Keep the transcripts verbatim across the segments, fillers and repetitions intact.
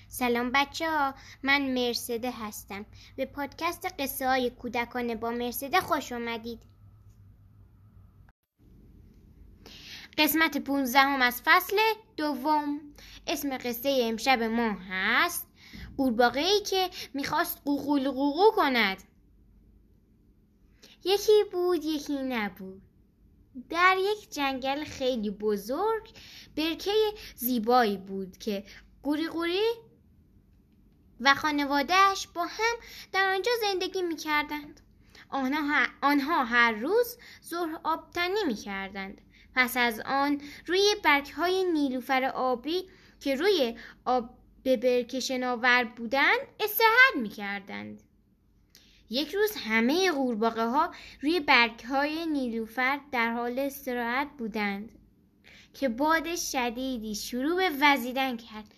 سلام بچه ها، من مرسده هستم. به پادکست قصه های کودکانه با مرسده خوش اومدید. قسمت پونزدهم از فصل دوم. اسم قصه امشب ما هست قورباغه‌ای که میخواست قوقول قوقو کند. یکی بود یکی نبود. در یک جنگل خیلی بزرگ برکه زیبایی بود که قوری قوری و خانوادهش با هم در آنجا زندگی می کردند. آنها, آنها هر روز ظهر آبتنی می کردند. پس از آن روی برگ‌های نیلوفر آبی که روی آب به برکه شناور بودند استراحت می کردند. یک روز همه قورباغه ها روی برگ‌های نیلوفر در حال استراحت بودند که باد شدیدی شروع به وزیدن کرد.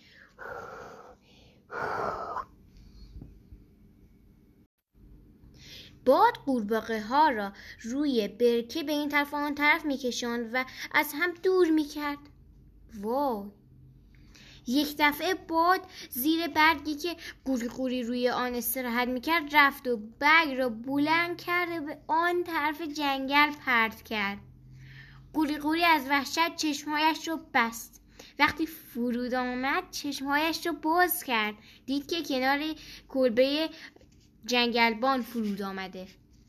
باد قورباغه ها را روی برکه به این طرف و آن طرف میکشاند و از هم دور میکرد. وای! یک دفعه باد زیر برگی که قوری قوری روی آن استراحت میکرد رفت و برگ را بلند کرد و به آن طرف جنگل پرت کرد. قوری قوری از وحشت چشمهایش را بست. وقتی فرود آمد چشمهایش را باز کرد. دید که کنار کلبه جنگلبان فرود آمده.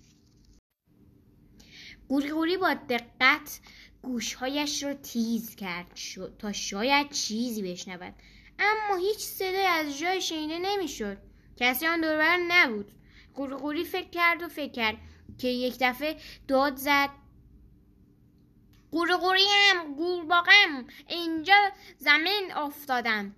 قوری قوری با دقت گوشهایش را تیز کرد تا شاید چیزی بشنود، اما هیچ صدایی از جای شنیده نمیشد. کسی آن دور و بر نبود. قوری قوری فکر کرد و فکر کرد که یک دفعه داد زد: قوری قوریم، قورباغه‌ام، اینجا زمین افتادم.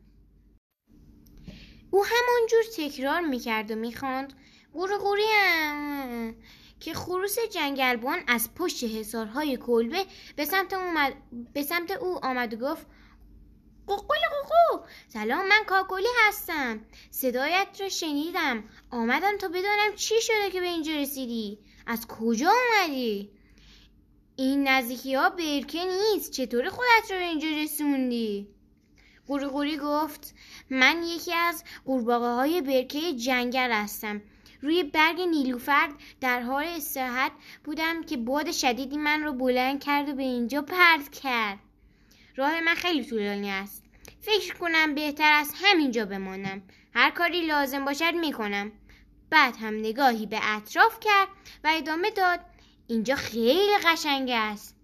او همانجور تکرار میکرد و میخواند: قوری قوریم، که خروس جنگلبان از پشت حصارهای کلبه به سمت, اومد... به سمت او آمد و گفت: قوقل قوقو، سلام، من کاکلی هستم. صدایت را شنیدم، آمدم تا بدانم چی شده که به اینجا رسیدی. از کجا اومدی؟ این نزدیکی ها برکه نیست، چطوری خودت را به اینجا رسوندی؟ قوری قوری گفت: من یکی از قورباغه های برکه جنگل هستم. روی برگ نیلوفر در حال استراحت بودم که باد شدیدی من رو بلند کرد و به اینجا پرت کرد. راه من خیلی طولانی است. فکر کنم بهتر است همینجا بمانم. هر کاری لازم باشد میکنم. بعد هم نگاهی به اطراف کرد و ادامه داد: اینجا خیلی قشنگ است.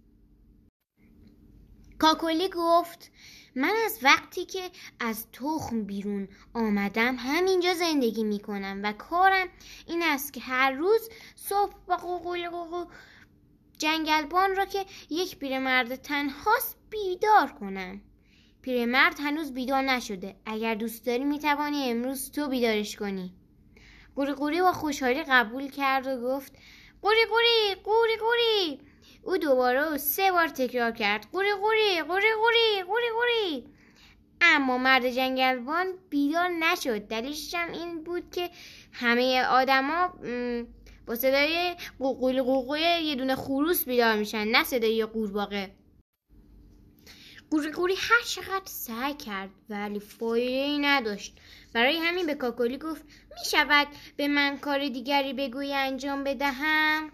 کاکلی گفت: من از وقتی که از تخم بیرون آمدم همینجا زندگی میکنم و کارم این است که هر روز صبح با قوقل قوقو جنگلبان را که یک پیرمرد تنهاست بیدار کنم. پیرمرد هنوز بیدار نشده. اگر دوست داری میتوانی امروز تو بیدارش کنی. قوری قوری با خوشحالی قبول کرد و گفت: قوری قوری، قوری قوری. او دوباره و سه بار تکرار کرد: قوری قوری، قوری قوری، قوری قوری. اما مرد جنگلبان بیدار نشد. دلیلش هم این بود که همه آدما با صدای قوقل قوقوی یه دونه خروس بیدار میشن، نه صدای قورباغه. قوری قوری هر چقدر سعی کرد ولی فایده‌ای نداشت. برای همین به کاکلی گفت: می شود به من کار دیگری بگویی انجام بدهم؟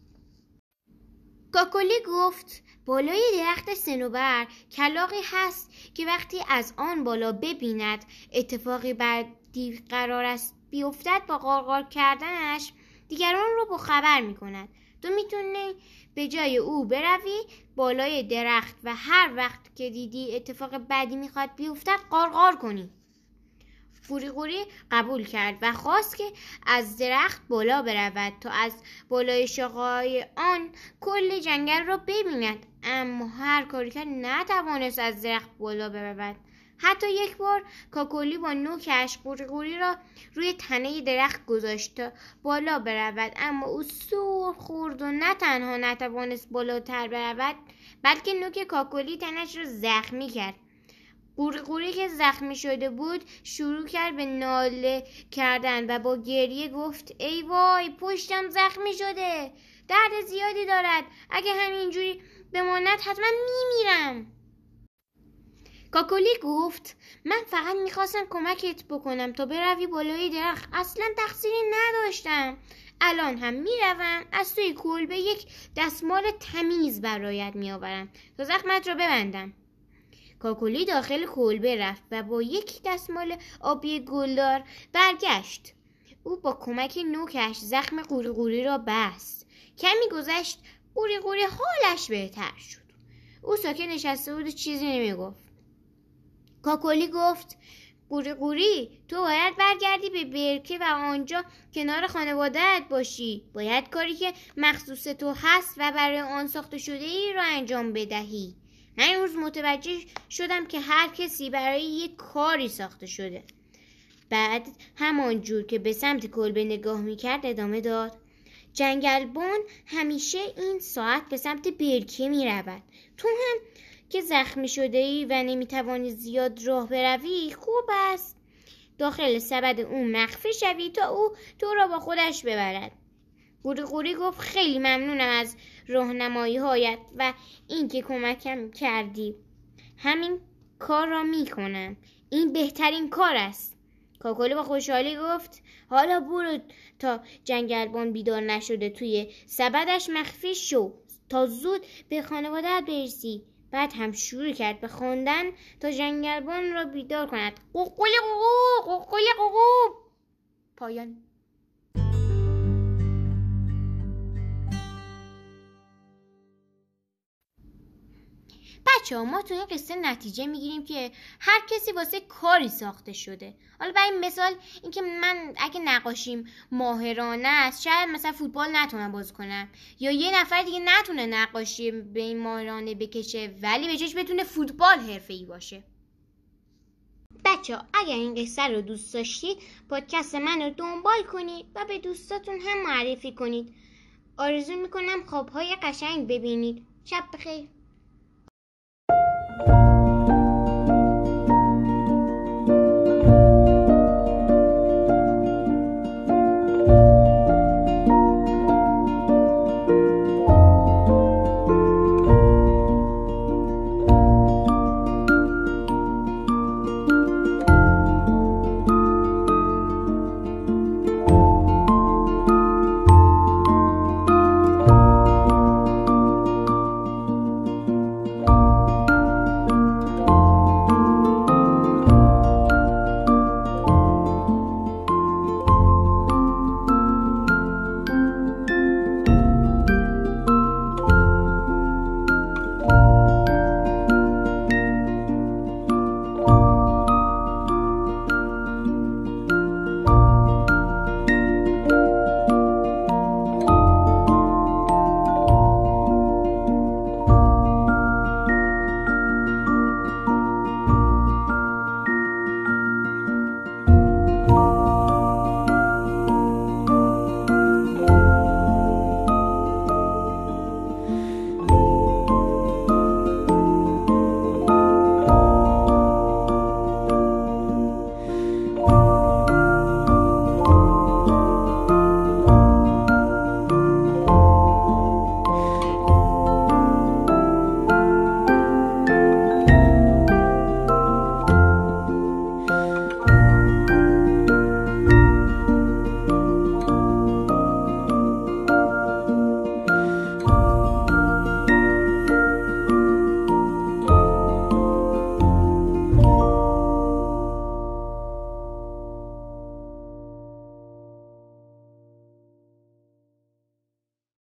کاکلی گفت: بالای درخت صنوبر کلاغی هست که وقتی از آن بالا ببیند اتفاقی بعدی قرار است بیفتد، با غارغار کردنش دیگران رو با خبر می کند. تو میتونی به جای او بروی بالای درخت و هر وقت که دیدی اتفاق بعدی میخواد بیفتد غارغار کنی. قوری قوری قبول کرد و خواست که از درخت بالا برود تا از بالای شاخه‌های آن کل جنگل را ببیند، اما هر کاری کرد نتوانست از درخت بالا برود. حتی یک بار کاکلی با نوکش قوری قوری را روی تنه درخت گذاشت تا بالا برود، اما او سر خورد و نه تنها نتوانست بالاتر برود بلکه نوک کاکلی تنش را زخمی کرد. قوری قوری که زخمی شده بود شروع کرد به ناله کردن و با گریه گفت: ای وای، پشتم زخمی شده، درد زیادی دارد، اگه همینجوری بماند حتما میمیرم. کاکلی گفت من فقط میخواستم کمکت بکنم تا بروی بالای درخت. اصلا تقصیری نداشتم. الان هم میروم از توی کلبه یک دستمال تمیز برایت میآورم تا زخمت را ببندم. کاکلی داخل کلبه رفت و با یک دستمال آبی گلدار برگشت. او با کمک نوکش زخم قوری قوری را بست. کمی گذشت، قوری قوری حالش بهتر شد. او ساکت نشسته بود و چیزی نمیگفت. کاکلی گفت قوری قوری تو باید برگردی به برکه و آنجا کنار خانواده‌ات باشی. باید کاری که مخصوص تو هست و برای آن ساخته شده ای را انجام بدهی. من این روز متوجه شدم که هر کسی برای یک کاری ساخته شده. بعد همان جور که به سمت کلبه نگاه میکرد ادامه داد. جنگلبان همیشه این ساعت به سمت برکه میرود. تو هم که زخمی شده ای و نمیتوانی زیاد راه بروی خوب است داخل سبد او مخفی شوی تا او تو را با خودش ببرد. قوری قوری گفت خیلی ممنونم از راهنمایی هایت و اینکه کمکم کردی. همین کار را میکنم. این بهترین کار است. کاکلی با خوشحالی گفت حالا برو تا جنگلبان بیدار نشده توی سبدش مخفی شو تا زود به خانواده‌ات برسی. بعد هم شروع کرد به خواندن تا جنگلبان را بیدار کند. قوقلی قوقو قوقلی قوقو. پایان. بچه ها ما تو این قصه نتیجه میگیریم که هر کسی واسه کاری ساخته شده. حالا برای مثال اینکه من اگه نقاشیم ماهرانه است شاید مثلا فوتبال نتونم بازی کنم، یا یه نفر دیگه نتونه نقاشی به این ماهرانه بکشه ولی به جاش بتونه فوتبال حرفه‌ای باشه. بچه ها اگر این قصه رو دوست داشتید پادکست من رو دنبال کنید و به دوستاتون هم معرفی کنید. آرزو میکنم خوابهای قشنگ ببینید. شب بخیر.